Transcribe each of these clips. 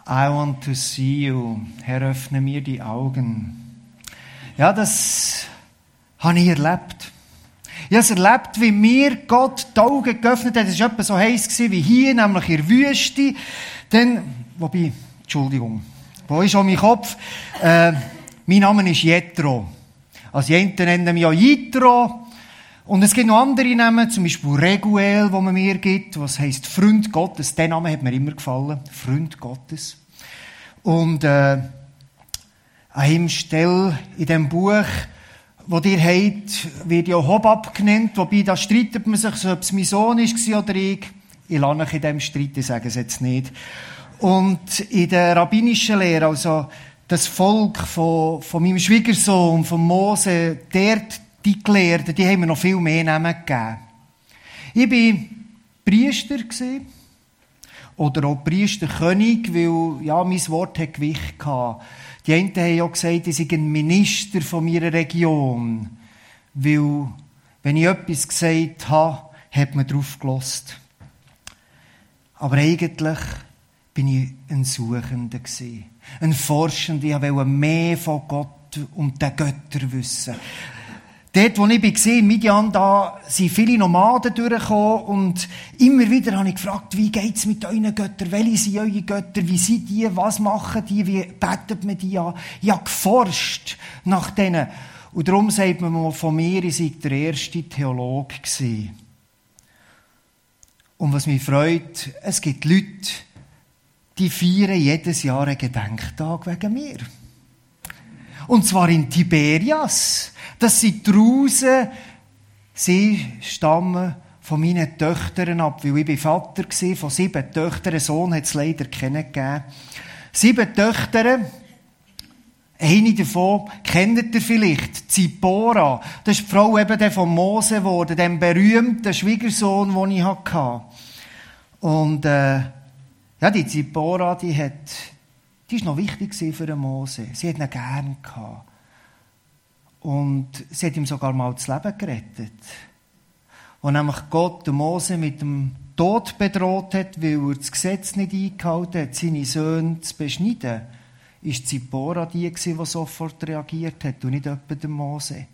I want to see you. Herr, öffne mir die Augen. Ja, das habe ich erlebt. Ich habe es erlebt, wie mir Gott die Augen geöffnet hat. Es war etwa so heiß wie hier, nämlich in der Wüste. Wo ist auch mein Kopf? Mein Name ist Jethro. Also die einen nennen mich auch Jethro. Und es gibt noch andere Namen, zum Beispiel Reguel, wo man mir gibt, was heisst Freund Gottes. Der Name hat mir immer gefallen. Freund Gottes. Und an ihm Stelle in dem Buch, wo ihr habt, wird ja Hobab genannt, wobei da streitet man sich, ob es mein Sohn war oder ich. Ich lasse euch in diesem Streit, ich sage es jetzt nicht. Und in der rabbinischen Lehre, also das Volk von meinem Schwiegersohn, von Mose, die Gelehrten, die haben mir noch viel mehr Namen gegeben. Ich war Priester oder auch Priesterkönig, weil ja, mein Wort hat Gewicht gehabt. Die einen haben ja gesagt, ich sei ein Minister von meiner Region, weil, wenn ich etwas gesagt habe, hat man drauf gehört. Aber eigentlich bin ich ein Suchender gewesen, ein Forschender. Ich wollte mehr von Gott und den Göttern wissen. Dort, wo ich war, in Midian, da sind viele Nomaden durchgekommen und immer wieder habe ich gefragt, wie geht's mit euren Göttern? Welche sind eure Götter? Wie sind die? Was machen die? Wie betet man die an? Ich habe geforscht nach denen. Und darum sagt man von mir, ich sei der erste Theologe gewesen. Und was mich freut, es gibt Leute, die feiern jedes Jahr einen Gedenktag wegen mir. Und zwar in Tiberias. Das sind draussen. Sie stammen von meinen Töchtern ab, weil ich Vater war von 7 Töchtern. Ein Sohn hat es leider kennengegeben. 7 Töchter. Eine davon kennt ihr vielleicht, Zippora. Das ist die Frau eben von Mose geworden, dem berühmten Schwiegersohn, den ich hatte. Und ja, die Zippora, die war noch wichtig für den Mose. Sie hat ihn gern gehabt. Und sie hat ihm sogar mal das Leben gerettet. Wo nämlich Gott den Mose mit dem Tod bedroht hat, weil er das Gesetz nicht eingehalten hat, seine Söhne zu beschneiden, ist Zippora die, die sofort reagiert hat und nicht etwa der Mose.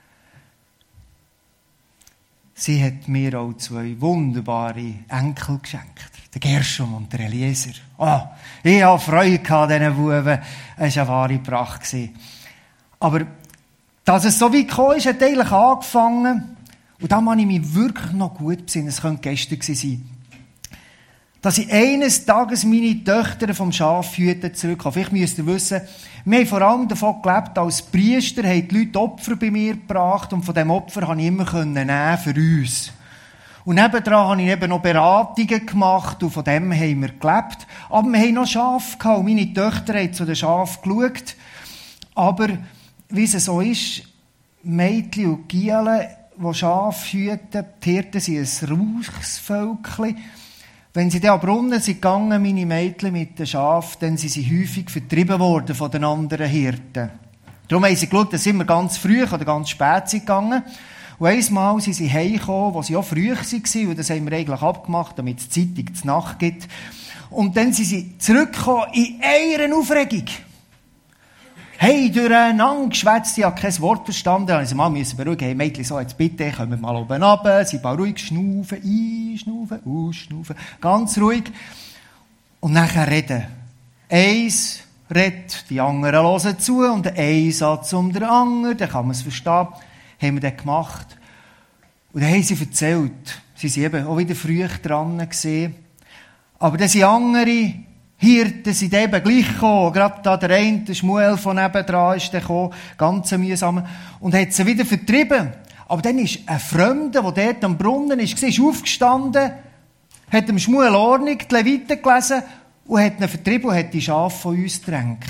Sie hat mir auch 2 wunderbare Enkel geschenkt. Der Gershom und der Eliezer. Oh, ich hatte Freude an diesen Buben. Es war eine wahre Pracht. Aber dass es so weit gekommen ist, hat eigentlich angefangen. Und da kann ich mich wirklich noch gut besinnen. Es könnte gestern sein. Dass ich eines Tages meine Töchter vom Schafhüten zurückkomme. Vielleicht müsst ihr wissen, wir haben vor allem davon gelebt, als Priester haben die Leute Opfer bei mir gebracht und von diesem Opfer konnte ich immer nehmen für uns. Und nebendran habe ich eben noch Beratungen gemacht und von dem haben wir gelebt. Aber wir haben noch Schafe gehabt und meine Töchter haben zu den Schafen geschaut. Aber wie es so ist, Mädchen und Gielen, die Schafe hüten, die Hirten sind ein Rauchsvölkchen. Wenn sie dann am Brunnen sind gegangen, meine Mädchen mit den Schafen, dann sind sie häufig vertrieben worden von den anderen Hirten. Darum haben sie geschaut, dass sie immer ganz früh oder ganz spät sind gegangen. Und einmal sind sie heimgekommen, wo sie auch früh waren, und das haben wir eigentlich abgemacht, damit es Zeitung zur Nacht gibt. Und dann sind sie zurückgekommen in einer Aufregung. Hey, durcheinander geschwätzt, ich habe kein Wort verstanden. Also, Mann, müssen beruhigen. Hey, Mädchen, so, jetzt bitte, kommen wir mal oben runter. Sie mal ruhig schnaufen, einschnaufen, ausschnaufen. Ganz ruhig. Und nachher reden. Eins redet, die anderen hören zu, und ein Satz um den anderen, dann kann man es verstehen. Haben wir das gemacht. Und dann haben sie erzählt. Sie waren eben auch wieder früh dran gewesen. Aber dann sind andere Hirten sind eben gleich gekommen. Gerade da der eine, der Schmuel von nebendran, ist dann gekommen. Ganz mühsam. Und hat sie wieder vertrieben. Aber dann ist ein Fremder, der dort am Brunnen war, ist aufgestanden, hat dem Schmuel Ordnung, die Leviten gelesen und hat ihn vertrieben und hat die Schafe von uns gedrängt.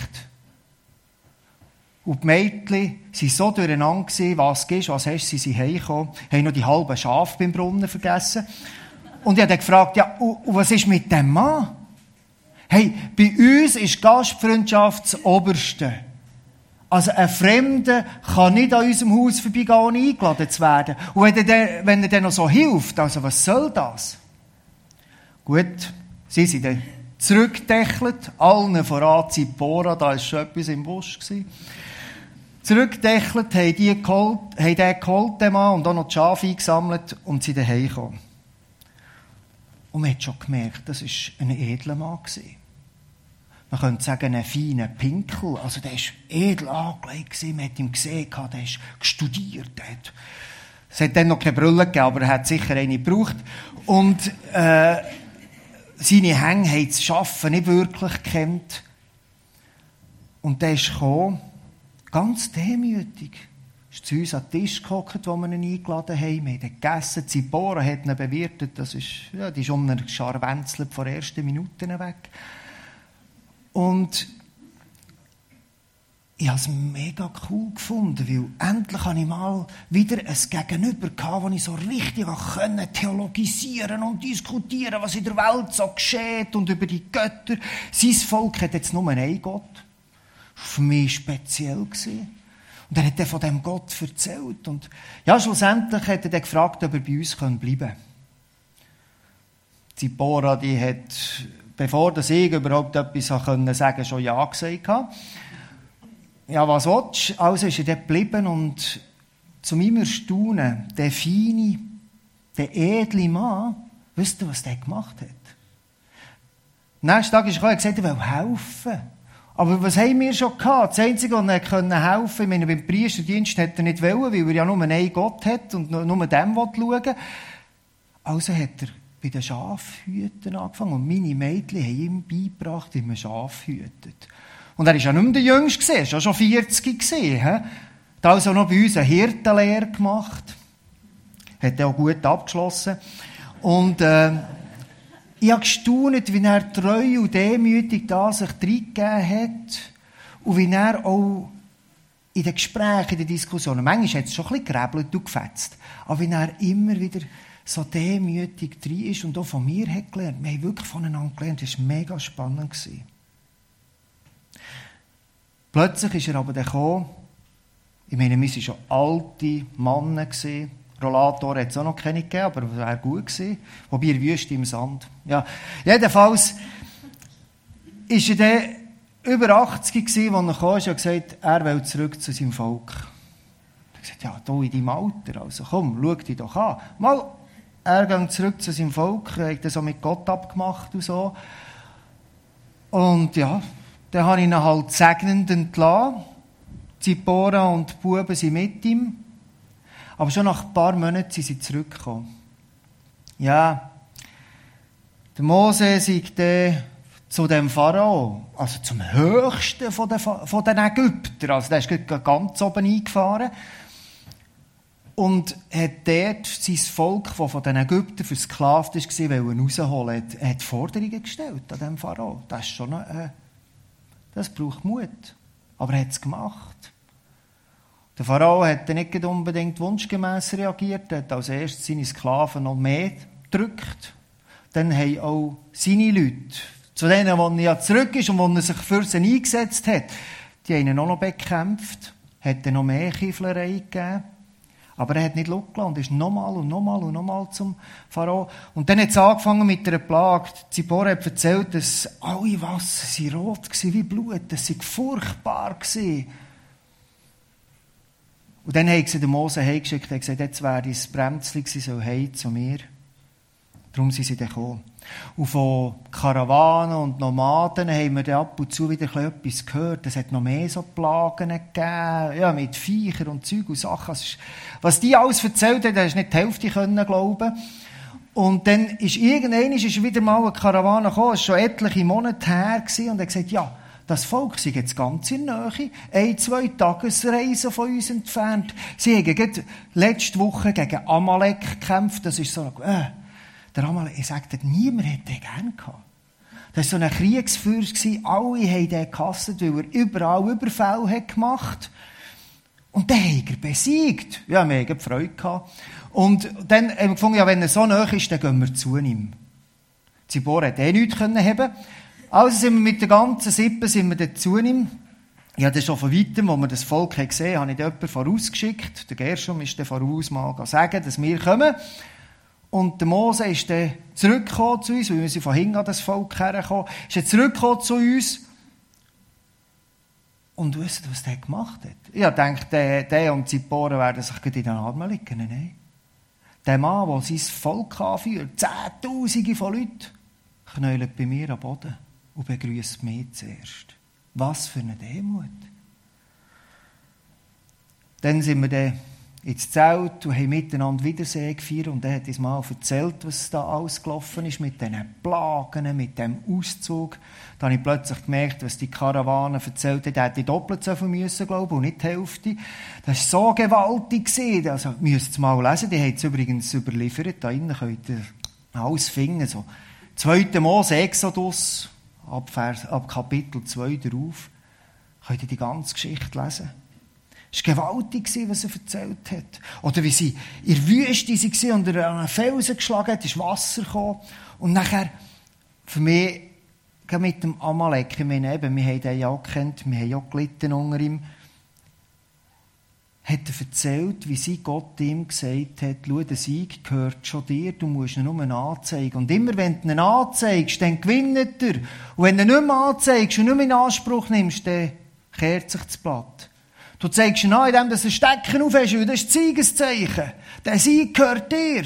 Und die Mädchen waren so durcheinander gewesen, was gibst, was hast du, sie sind heimgekommen, haben noch die halben Schafe beim Brunnen vergessen. Und ich habe dann gefragt, ja, und was ist mit dem Mann? Hey, bei uns ist Gastfreundschaft das Oberste. Also ein Fremder kann nicht an unserem Haus vorbeigehen, ohne eingeladen zu werden. Und wenn er dann noch so hilft, also was soll das? Gut, sie sind dann zurückgedächelt, allen voran Zippora, da war schon etwas im Busch. Zurückgedächelt, haben den geholt, den Mann, und auch noch die Schafe eingesammelt und sind daheim gekommen. Und man hat schon gemerkt, das war ein edler Mann. Man könnte sagen, ein feiner Pinkel. Also der war edel angelegt, man hat ihn gesehen, der hat studiert. Es hat dann noch keine Brille gegeben, aber er hat sicher eine gebraucht. Und seine Hänge haben das Arbeiten nicht wirklich gekannt. Und der ist gekommen, ganz demütig. Er ist zu uns an den Tisch gehockt, wo wir ihn eingeladen haben. Wir haben gegessen. Zippora hat ihn bewirtet. Die ist um einen Scharwenzelt von den ersten Minuten weg. Und ich habe es mega cool gefunden, weil endlich habe ich mal wieder ein Gegenüber gehabt, wo ich so richtig theologisieren und diskutieren, was in der Welt so geschieht und über die Götter. Sein Volk hat jetzt nur einen Gott. Das war für mich speziell. Und er hat dann von diesem Gott erzählt. Und ja, schlussendlich hat er dann gefragt, ob er bei uns bleiben kann. Zippora, die hat, bevor ich überhaupt etwas sagen konnte, schon Ja gesagt. Ja, was willst du? Also ist er dort geblieben und zu meinem Erstaunen, der feine, der edle Mann, wisst ihr, was der gemacht hat? Am nächsten Tag ist er gekommen und gesagt, er will helfen. Aber was haben wir schon gehabt? Das Einzige, was er helfen konnte, ich meine, beim Priesterdienst hat er nicht wollen, weil er ja nur einen Gott hat und nur dem schauen will. Also hat er bei den Schafhütern angefangen und meine Mädchen haben ihm beigebracht, wie man Schaf hütet. Und er war ja nicht mehr der Jüngste, er war schon 40. Er hat also noch bei uns eine Hirtenlehre gemacht. Hat auch gut abgeschlossen. Und ich habe gestaunt, wie er treu und demütig da sich reingegeben hat und wie er auch in den Gesprächen, in den Diskussionen, manchmal hat es schon ein bisschen gerebelt und gefetzt, aber wie er immer wieder so demütig drin ist und auch von mir hat gelernt. Wir haben wirklich voneinander gelernt. Das war mega spannend. Plötzlich ist er aber dann gekommen. Ich meine, wir waren schon alte Männer. Rollator hat es auch noch keine gegeben, aber es wäre gut gewesen. Wobei er Wüste im Sand. Ja, jedenfalls war er dann über 80 gewesen, als er kam und gesagt, er will zurück zu seinem Volk. Er hat gesagt, ja, du in deinem Alter, also komm, schau dich doch an. Mal, er ging zurück zu seinem Volk, er hat das so mit Gott abgemacht und so. Und ja, dann habe ich ihn halt segnend entlassen. Zippora und die Buben sind mit ihm. Aber schon nach ein paar Monaten sind sie zurückgekommen. Ja, der Mose sagt zu dem Pharao, also zum höchsten von den Ägyptern, also der ist ganz oben eingefahren, und hat dort sein Volk, das von den Ägyptern versklavt war, rausholen, hat Forderungen gestellt an dem Pharao. Das ist schon das braucht Mut. Aber er hat es gemacht. Der Pharao hat nicht unbedingt wunschgemäss reagiert. Er hat als erstes seine Sklaven noch mehr gedrückt. Dann haben auch seine Leute, zu denen, wo er ja zurück ist und wo er sich für sie eingesetzt hat, die haben ihn auch noch bekämpft, hat dann noch mehr Kieflerei gegeben. Aber er hat nicht losgelassen und ist nochmal zum Pharao. Und dann hat es angefangen mit einer Plage. Zippora hat erzählt, dass alle Wasser rot waren wie Blut. Das war furchtbar. Und dann haben sie den Mose heimgeschickt und gesagt, jetzt wäre es Bremsli, sie soll heim zu mir. Darum sind sie dann gekommen. Und von Karawanen und Nomaden haben wir dann ab und zu wieder etwas gehört. Es hat noch mehr so Plagen gegeben, ja, mit Viechern und Zeug und Sachen. Was die alles erzählt haben, da hast du nicht die Hälfte glauben. Und dann ist wieder mal eine Karawane gekommen, es war schon etliche Monate her, und er hat gesagt, ja, das Volk sei jetzt ganz in der Nähe, 1-2 Tagesreisen von uns entfernt. Sie haben letzte Woche gegen Amalek gekämpft, das ist so, der Amalek, ich sagte, niemand hätte den gern gehabt. Das war so ein Kriegsfürst, alle haben den gehasst, weil er überall Überfälle gemacht hat. Und den hat er besiegt. Ja, wir hatten Freude gehabt. Und dann haben wir gefunden, ja, wenn er so nahe ist, dann gehen wir zu ihm. Zippora hat nichts haben. Also sind wir mit der ganzen Sippe dann zu ihm. Ich habe dann schon von weitem, wo wir das Volk gesehen haben, habe ich jemanden vorausgeschickt. Der Gershom ist dann voraus mal sagen, dass wir kommen. Und der Mose ist dann zurückgekommen zu uns, weil wir sind von hinten an das Volk hergekommen, ist er zurückgekommen zu uns. Und wisst ihr, was der gemacht hat? Ich dachte, der und Zipporah werden sich in den Armen liegen. Nein. Der Mann, der sein Volk anführt, Zehntausende von Leuten, knäuelt bei mir am Boden und begrüßt mich zuerst. Was für eine Demut. Dann sind wir dann ins Zelt und haben miteinander Wiedersehen gefeiert. Und er hat uns mal erzählt, was da alles gelaufen ist, mit diesen Plagen, mit dem Auszug. Da habe ich plötzlich gemerkt, was die Karawane erzählt hat. Er hätte doppelt so viel müssen, glaube ich, und nicht die Hälfte. Das war so gewaltig. Also, müsst ihr mal lesen. Die haben es übrigens überliefert. Da innen könnt ihr alles finden. So. 2. Mose, Exodus, ab Kapitel 2 darauf, könnt ihr die ganze Geschichte lesen. Es war gewaltig, was er erzählt hat. Oder wie sie in der Wüste waren und er an einen Felsen geschlagen hat, ist Wasser gekommen. Und nachher, für mich, mit dem Amalek, ich meine eben, wir haben den ja auch gekannt, wir haben ja auch gelitten unter ihm, hat er erzählt, wie sie Gott ihm gesagt hat, schau, der Sieg gehört schon dir, du musst ihn nur anzeigen. Und immer wenn du ihn anzeigst, dann gewinnt er. Und wenn du ihn nicht mehr anzeigst und nicht mehr in Anspruch nimmst, dann kehrt sich das Blatt. Du zeigst ihn an, indem du ein Stecken aufhast, weil das ist das Siegeszeichen. Der Sieg gehört dir.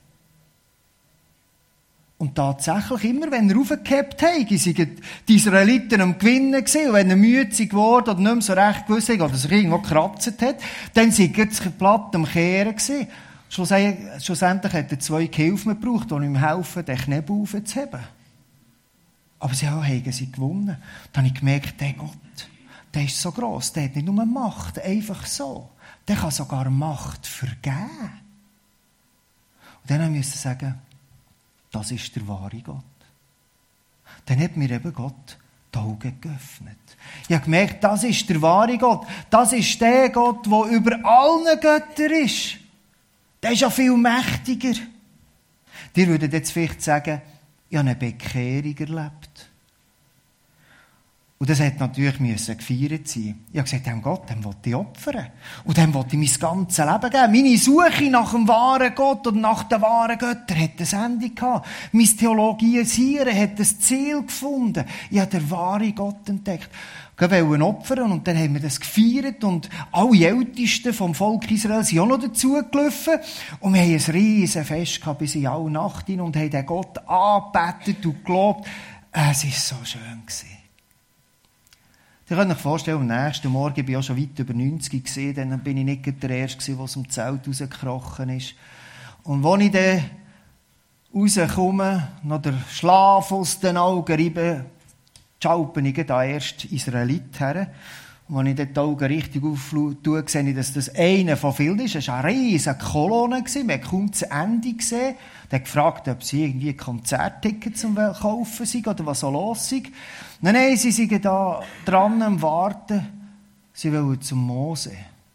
Und tatsächlich, immer wenn er raufgehabt hat, sind die Israeliten am Gewinnen gewesen. Und wenn er müde geworden oder nicht mehr so recht gewusst hat, oder sich irgendwo gekratzt hat, dann sind das Blatt am Kehren gewesen. Schlussendlich hat er 2 Gehilfen gebraucht, die ihm helfen, den Knebel aufzuheben. Aber sie haben gewonnen. Dann habe ich gemerkt, der Gott, der ist so gross, der hat nicht nur Macht, einfach so. Der kann sogar Macht vergeben. Und dann musste ich sagen, das ist der wahre Gott. Dann hat mir eben Gott die Augen geöffnet. Ich habe gemerkt, das ist der wahre Gott. Das ist der Gott, der über allen Göttern ist. Der ist ja viel mächtiger. Die würden jetzt vielleicht sagen, ich habe eine Bekehrung erlebt. Und das hat natürlich gefeiert sein. Ich habe gesagt, dem Gott, dem will ich opfern. Und dem will ich mein ganzes Leben geben. Meine Suche nach dem wahren Gott und nach den wahren Göttern hat ein Ende gehabt. Mein Theologisieren hat ein Ziel gefunden. Ich habe den wahren Gott entdeckt. Wir wollten opfern und dann haben wir das gefeiert und alle Ältesten vom Volk Israel sind auch noch dazugelaufen. Und wir haben ein riesen Fest gehabt bis in alle Nacht hin und haben den Gott angebetet und gelobt. Es war so schön gewesen. Ihr könnt euch vorstellen, am nächsten Morgen, ich war auch schon weit über 90 gewesen, dann bin ich nicht der Erste, der aus dem Zelt rausgekrochen ist. Und als ich dann rauskomme, noch der Schlaf aus den Augen reibe, schaue ich da erst Israelit her. Und als ich dann die Augen richtig auftue, sehe ich, dass das einer von vielen ist. Es war eine riesige Kolonne, man hat kaum das Ende gesehen. Er hat gefragt, ob sie irgendwie Konzerttickets zum Kaufen sind oder was so los ist. Nein, sie sind da dran am Warten. Sie wollen zum Mose.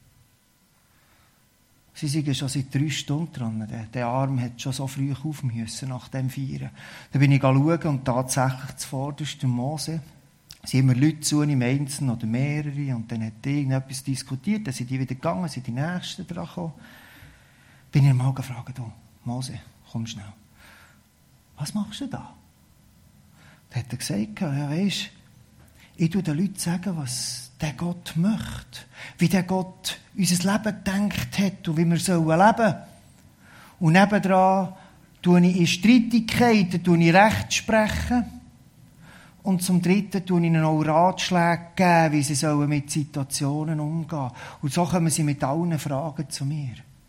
Sie sind schon seit 3 Stunden dran. Der Arm hat schon so früh auf müssen nach dem Feiern. Dann bin ich schauen und tatsächlich zuvorderst der Mose. Es sind immer Leute zu ihm, einzeln oder mehrere, und dann hat irgendetwas diskutiert, dann sind die wieder gegangen, sind die Nächsten dran gekommen. Bin ich mal gefragt, oh, Mose, komm schnell. Was machst du da? Dann hat er gesagt, ja weisst, ich tue den Leuten sagen, was der Gott möchte, wie der Gott unser Leben gedacht hat und wie wir leben sollen. Und nebendran tue ich in Streitigkeiten Recht sprechen. Und zum Dritten tue ich ihnen auch Ratschläge geben, wie sie mit Situationen umgehen sollen. Und so kommen sie mit allen Fragen zu mir.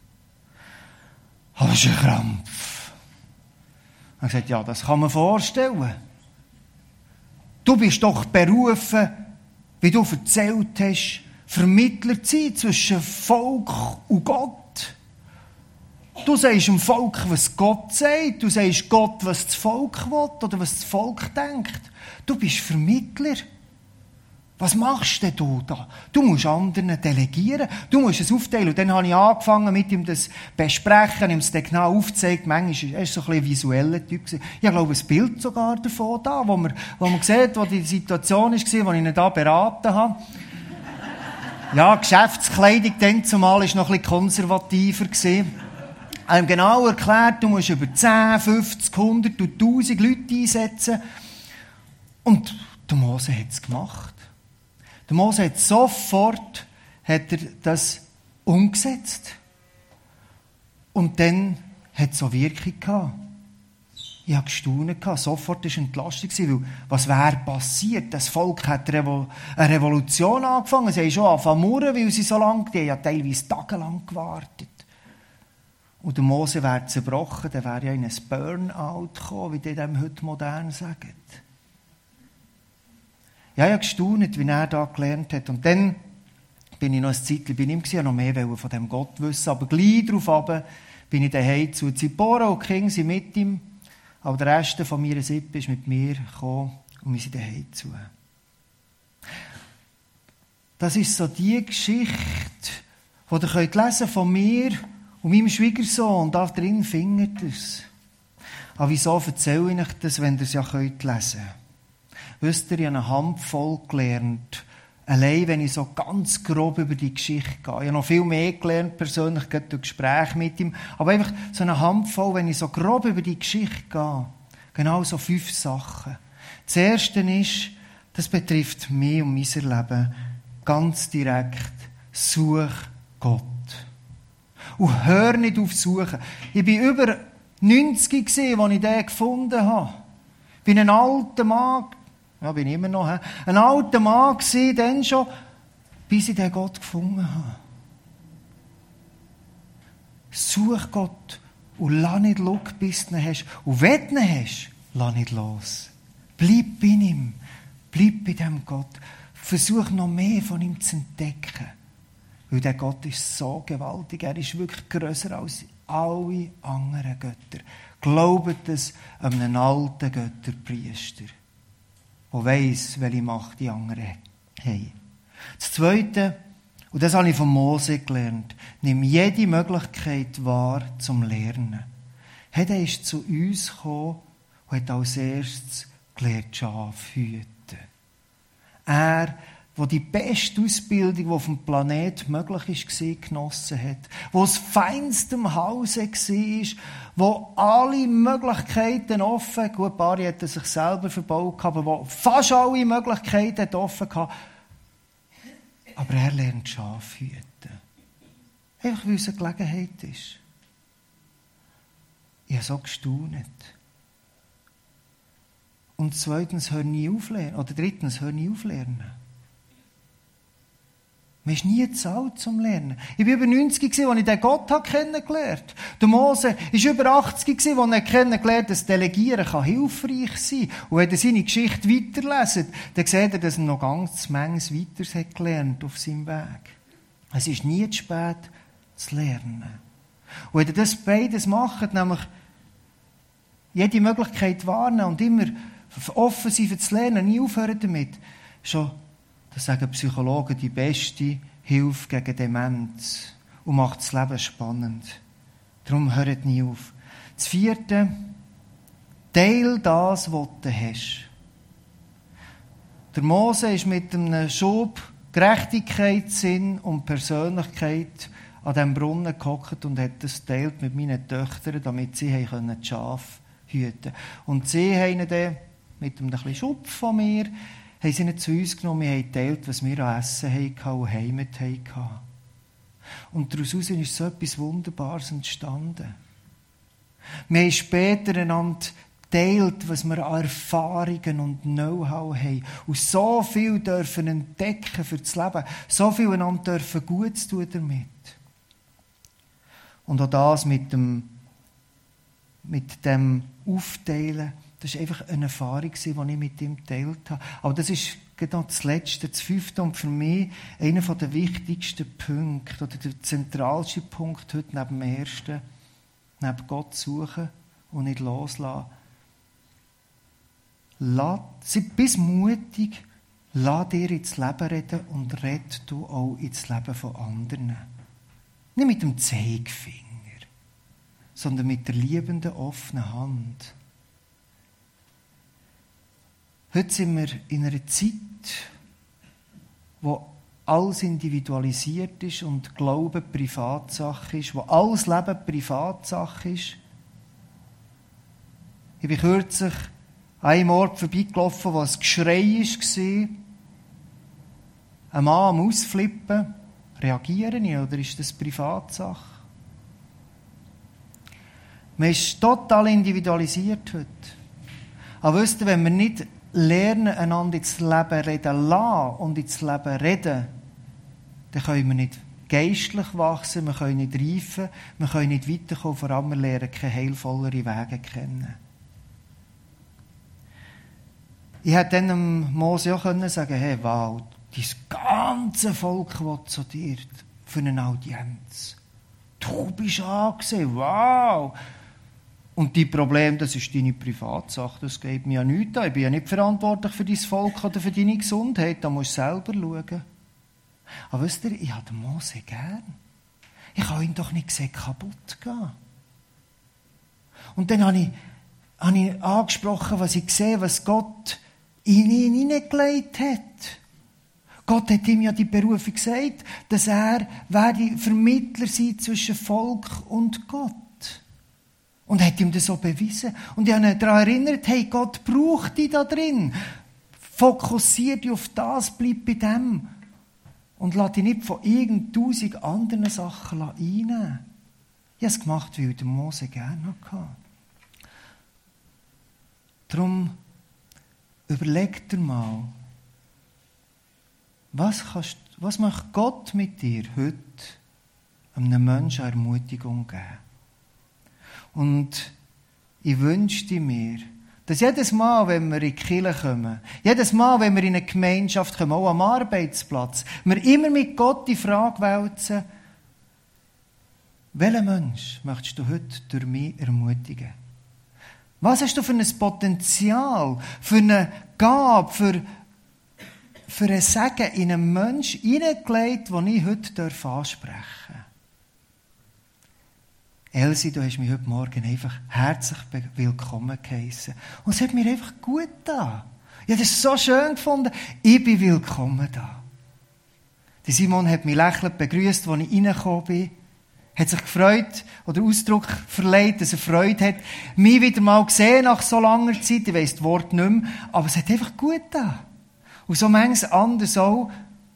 Aber das ist ein Krampf. Ich habe gesagt, ja, das kann man vorstellen. Du bist doch berufen, wie du erzählt hast, Vermittler zu sein zwischen Volk und Gott. Du sagst dem Volk, was Gott sagt. Du sagst Gott, was das Volk will oder was das Volk denkt. Du bist Vermittler. Was machst denn du da? Du musst anderen delegieren. Du musst es aufteilen. Und dann habe ich angefangen, mit ihm das besprechen, ihm es dann genau aufgezeigt. Manchmal war er so ein visueller Typ. Ich glaube, ein Bild sogar davon da, wo man sieht, wo die Situation war, wo ich ihn da beraten habe. Ja, Geschäftskleidung dann zumal war noch ein bisschen konservativer gewesen. einem genau erklärt, du musst über 10, 50, 100 und 1000 Leute einsetzen. Und der Mose hat es gemacht. Der Mose hat sofort das umgesetzt. Und dann hat es so Wirkung gehabt. Ich habe gestaunt. Sofort war es Entlastung. Weil was wäre passiert? Das Volk hat eine Revolution angefangen. Sie haben schon angefangen zu murren, weil sie so lange, die haben ja teilweise tagelang gewartet. Und der Mose wäre zerbrochen, dann wäre ja in ein Burnout gekommen, wie die dem heute modern sagen. Ja, ich habe gestaunt, wie er da gelernt hat. Und dann bin ich noch ein Zeitchen bei ihm gewesen, noch mehr von dem Gott wissen. Aber gleich darauf runter bin ich daheim zu Zipporah und die Kinder sind mit ihm. Aber der Rest von meiner Sippe ist mit mir gekommen und wir sind daheim zu. Das ist so die Geschichte, die ihr lesen könnt von mir und meinem Schwiegersohn. Da drin findet ihr es. Aber wieso erzähle ich euch das, wenn ihr es ja lesen könnt? Wisst ihr, ich habe eine Handvoll gelernt. Allein, wenn ich so ganz grob über die Geschichte gehe. Ich habe noch viel mehr gelernt, persönlich, durch Gespräche mit ihm. Aber einfach so eine Handvoll, wenn ich so grob über die Geschichte gehe. Genau so 5 Sachen. Das Erste ist, das betrifft mich und mein Leben ganz direkt. Such Gott. Und hör nicht auf Suchen. Ich war über 90 gewesen, als ich den gefunden habe. Ich bin ein alter Mann. Ja, bin ich immer noch. Ein alter Mann war dann schon, bis ich den Gott gefunden habe. Such Gott und lass nicht schauen, bis du ihn hast. Und wenn du ihn hast, lass nicht los. Bleib bei ihm. Bleib bei diesem Gott. Versuch noch mehr von ihm zu entdecken. Weil der Gott ist so gewaltig. Er ist wirklich grösser als alle anderen Götter. Glaubt es einem alten Götterpriester, der weiss, welche Macht die anderen haben. Das Zweite, und das habe ich von Mose gelernt, nimm jede Möglichkeit wahr zum Lernen. Er ist zu uns gekommen und hat als erstes gelernt, Schafe hüten. Er, der die beste Ausbildung, die auf dem Planeten möglich war, genossen hat, wo das feinste im Hause war, wo alle Möglichkeiten offen, gut, Bari hat sich selber verbaut, aber wo fast alle Möglichkeiten offen hatten. Aber er lernt Schafe hüten. Einfach weil es eine Gelegenheit ist. Ich habe so gestaunt. Und zweitens, hör nie auflernen. Oder drittens, hör nie auflernen. Man ist nie zu alt zum Lernen. Ich war über 90, als ich den Gott kennengelernt habe. Der Mose war über 80, als er kennengelernt hat, dass Delegieren hilfreich sein kann. Und wenn er seine Geschichte weiterlesen, dann sieht er, dass er noch ganz manches Weiteres hat gelernt auf seinem Weg. Es ist nie zu spät zu lernen. Und wenn er das beides macht, nämlich jede Möglichkeit wahrnehmen und immer offen sein für das Lernen, nie aufhören damit, schon, das sagen Psychologen, die beste Hilfe gegen Demenz und macht das Leben spannend. Darum hört nie auf. Das vierte, teil das, was du hast. Der Mose ist mit einem Schub Gerechtigkeitssinn und Persönlichkeit an diesem Brunnen gehockt und hat das geteilt mit meinen Töchtern, damit sie die Schafe hüten können. Und sie haben dann mit einem bisschen Schub von mir haben sie ihn zu uns genommen, wir haben geteilt, was wir an Essen hatten und Heimat hatten. Und daraus ist so etwas Wunderbares entstanden. Wir haben später einander geteilt, was wir an Erfahrungen und Know-how haben. Und so viel dürfen entdecken für das Leben. So viel einander dürfen Gutes tun damit. Und auch das mit dem Aufteilen, das war einfach eine Erfahrung, die ich mit ihm geteilt habe. Aber das ist genau das Letzte, das Fünfte und für mich einer der wichtigsten Punkte oder der zentralste Punkt heute neben dem Ersten, neben Gott suchen und nicht loslassen. Sei bis mutig, lass dir ins Leben reden und red du auch ins Leben von anderen. Nicht mit dem Zeigefinger, sondern mit der liebenden, offenen Hand. Heute sind wir in einer Zeit, wo alles individualisiert ist und Glauben Privatsache ist, wo alles Leben Privatsache ist. Ich bin kürzlich an einem Ort vorbeigelaufen, wo ein Geschrei war. Ein Mann am Ausflippen. Reagiere ich oder ist das Privatsache? Man ist total individualisiert heute. Aber wisst ihr, wenn wir nicht lernen, einander ins Leben reden lassen und ins Leben reden, dann können wir nicht geistlich wachsen, wir können nicht reifen, wir können nicht weiterkommen, vor allem wir lernen keine heilvollere Wege kennen. Ich hätte dann dem Mose auch sagen können, hey, wow, dein ganze Volk will zu dir für eine Audienz. Du bist angesehen, wow. Und dein Problem, das ist deine Privatsache, das geht mir ja nichts an. Ich bin ja nicht verantwortlich für dein Volk oder für deine Gesundheit, da musst du selber schauen. Aber wisst ihr, ich habe den Mose gern. Ich kann ihn doch nicht sehen, kaputt gehen. Und dann habe ich angesprochen, was ich sehe, was Gott in ihn hineingelegt hat. Gott hat ihm ja die Berufung gesagt, dass er werde Vermittler sein zwischen Volk und Gott. Und hat ihm das so bewiesen. Und ich habe ihn daran erinnert, hey, Gott braucht dich da drin. Fokussier dich auf das, bleib bei dem. Und lass dich nicht von irgend 1000 anderen Sachen einnehmen. Ich habe es gemacht, weil ich den Mose gerne hatte. Darum überleg dir mal, was macht Gott mit dir heute, einem Menschen Ermutigung geben? Und ich wünschte mir, dass jedes Mal, wenn wir in die Kirche kommen, jedes Mal, wenn wir in eine Gemeinschaft kommen, auch am Arbeitsplatz, wir immer mit Gott die Frage wälzen, welchen Mensch möchtest du heute durch mich ermutigen? Was hast du für ein Potenzial, für eine Gabe, für ein Segen in einen Menschen hineingelegt, den ich heute ansprechen darf? Elsie, du hast mich heute Morgen einfach herzlich willkommen geheissen. Und es hat mir einfach gut getan. Ich habe das so schön gefunden. Ich bin willkommen da. Die Simon hat mich lächelnd begrüßt, als ich reingekommen bin. Hat sich gefreut oder Ausdruck verleiht, dass er Freude hat, mich wieder mal gesehen nach so langer Zeit. Ich weiss das Wort nicht mehr. Aber es hat einfach gut getan. Und so manches anderes auch.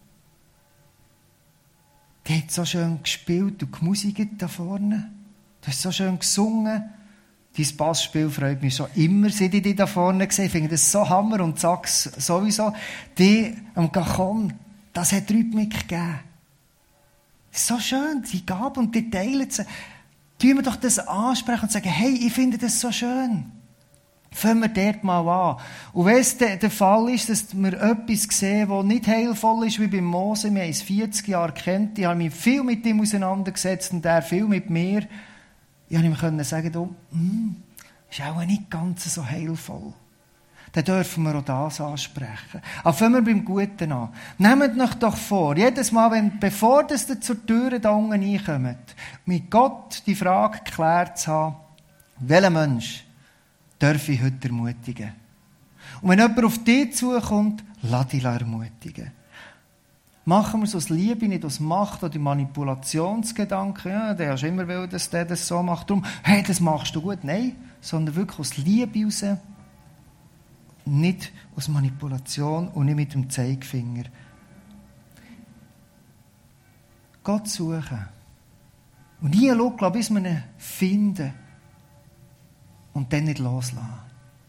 Die hat so schön gespielt und gemusikt da vorne. Du hast so schön gesungen. Dein Bassspiel freut mich schon immer, seit ich dich da vorne sehe. Ich finde das so Hammer und sag's sowieso. Die am Cajon, das hat Rhythmik gegeben. Das ist so schön, die Gabe und die teilen sie. Tun wir doch das ansprechen und sagen, hey, ich finde das so schön. Fangen wir dort mal an. Und wenn es der Fall ist, dass wir etwas sehen, das nicht heilvoll ist, wie beim Mose, wir haben es 40 Jahre kennt, ich habe mich viel mit ihm auseinandergesetzt und er viel mit mir. Ich konnte ihm sagen, ist auch nicht ganz so heilvoll. Dann dürfen wir auch das ansprechen. Aber fangen wir beim Guten an. Nehmt euch doch vor, jedes Mal, bevor ihr zur Tür da unten reinkommt, mit Gott die Frage geklärt zu haben, welcher Mensch darf ich heute ermutigen? Und wenn jemand auf dich zukommt, lass dich ermutigen. Machen wir es aus Liebe, nicht aus Macht oder Manipulationsgedanken. Ja, der hast immer will, dass der das so macht. Darum, hey, das machst du gut. Nein, sondern wirklich aus Liebe raus. Nicht aus Manipulation und nicht mit dem Zeigefinger. Gott suchen. Und nie schauen, bis wir ihn finden. Und dann nicht loslassen.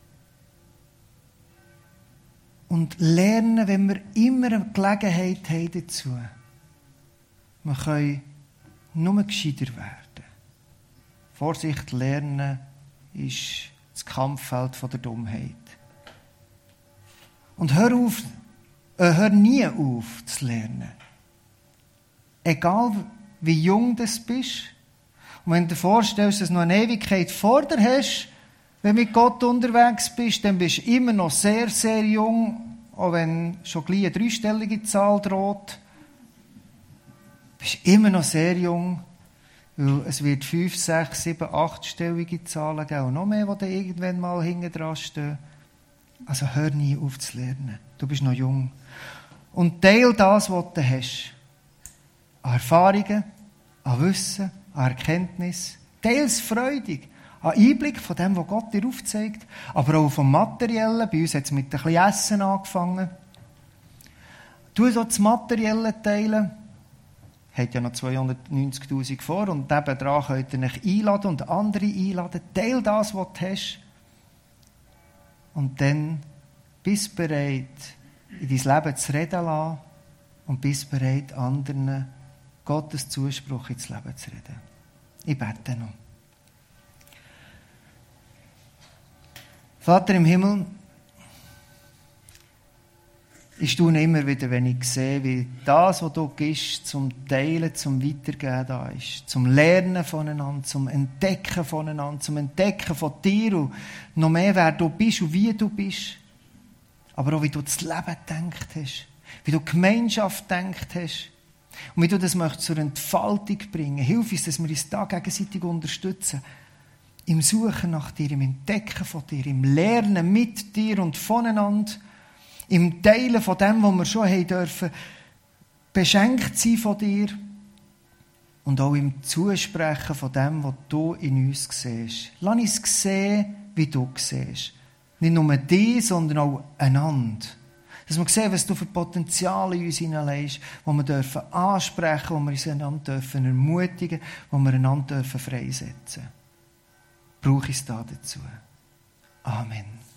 Und lernen, wenn wir immer eine Gelegenheit haben dazu. Wir können nur gescheiter werden. Vorsicht, lernen ist das Kampffeld der Dummheit. Und hör nie auf zu lernen. Egal wie jung du bist. Und wenn du dir vorstellst, dass du noch eine Ewigkeit vor dir hast, wenn du mit Gott unterwegs bist, dann bist du immer noch sehr, sehr jung, auch wenn schon gleich eine 3-stellige Zahl droht. Du bist immer noch sehr jung, weil es wird 5, 6, 7, 8-stellige Zahlen geben und noch mehr, die dann irgendwann mal hinten dran stehen. Also hör nie auf zu lernen. Du bist noch jung. Und teile das, was du hast. An Erfahrungen, an Wissen, an Erkenntnis. Teile es freudig. An Einblick von dem, was Gott dir aufzeigt. Aber auch vom Materiellen. Bei uns hat es mit ein bisschen Essen angefangen. Du so das Materielle teilen. Hat ja noch 290'000 vor. Und nebendran könnt ihr euch einladen und andere einladen. Teile das, was du hast. Und dann bist du bereit, in dein Leben zu reden lassen. Und bist bereit, anderen Gottes Zuspruch ins Leben zu reden. Ich bete noch. Vater im Himmel, ich staune immer wieder, wenn ich sehe, wie das, was du gibst, zum Teilen, zum Weitergeben da ist. Zum Lernen voneinander, zum Entdecken voneinander, zum Entdecken von dir und noch mehr, wer du bist und wie du bist. Aber auch, wie du das Leben gedacht hast, wie du Gemeinschaft gedacht hast und wie du das möchtest zur Entfaltung bringen. Hilf uns, dass wir uns da gegenseitig unterstützen. Im Suchen nach dir, im Entdecken von dir, im Lernen mit dir und voneinander, im Teilen von dem, was wir schon haben dürfen, beschenkt sein von dir und auch im Zusprechen von dem, was du in uns siehst. Lass uns sehen, wie du siehst. Nicht nur dich, sondern auch einander. Dass wir sehen, was du für Potenzial in uns hineinlegst, wo wir dürfen ansprechen, wo wir uns einander dürfen ermutigen, wo wir einander dürfen freisetzen. Brauche ich es da dazu. Amen.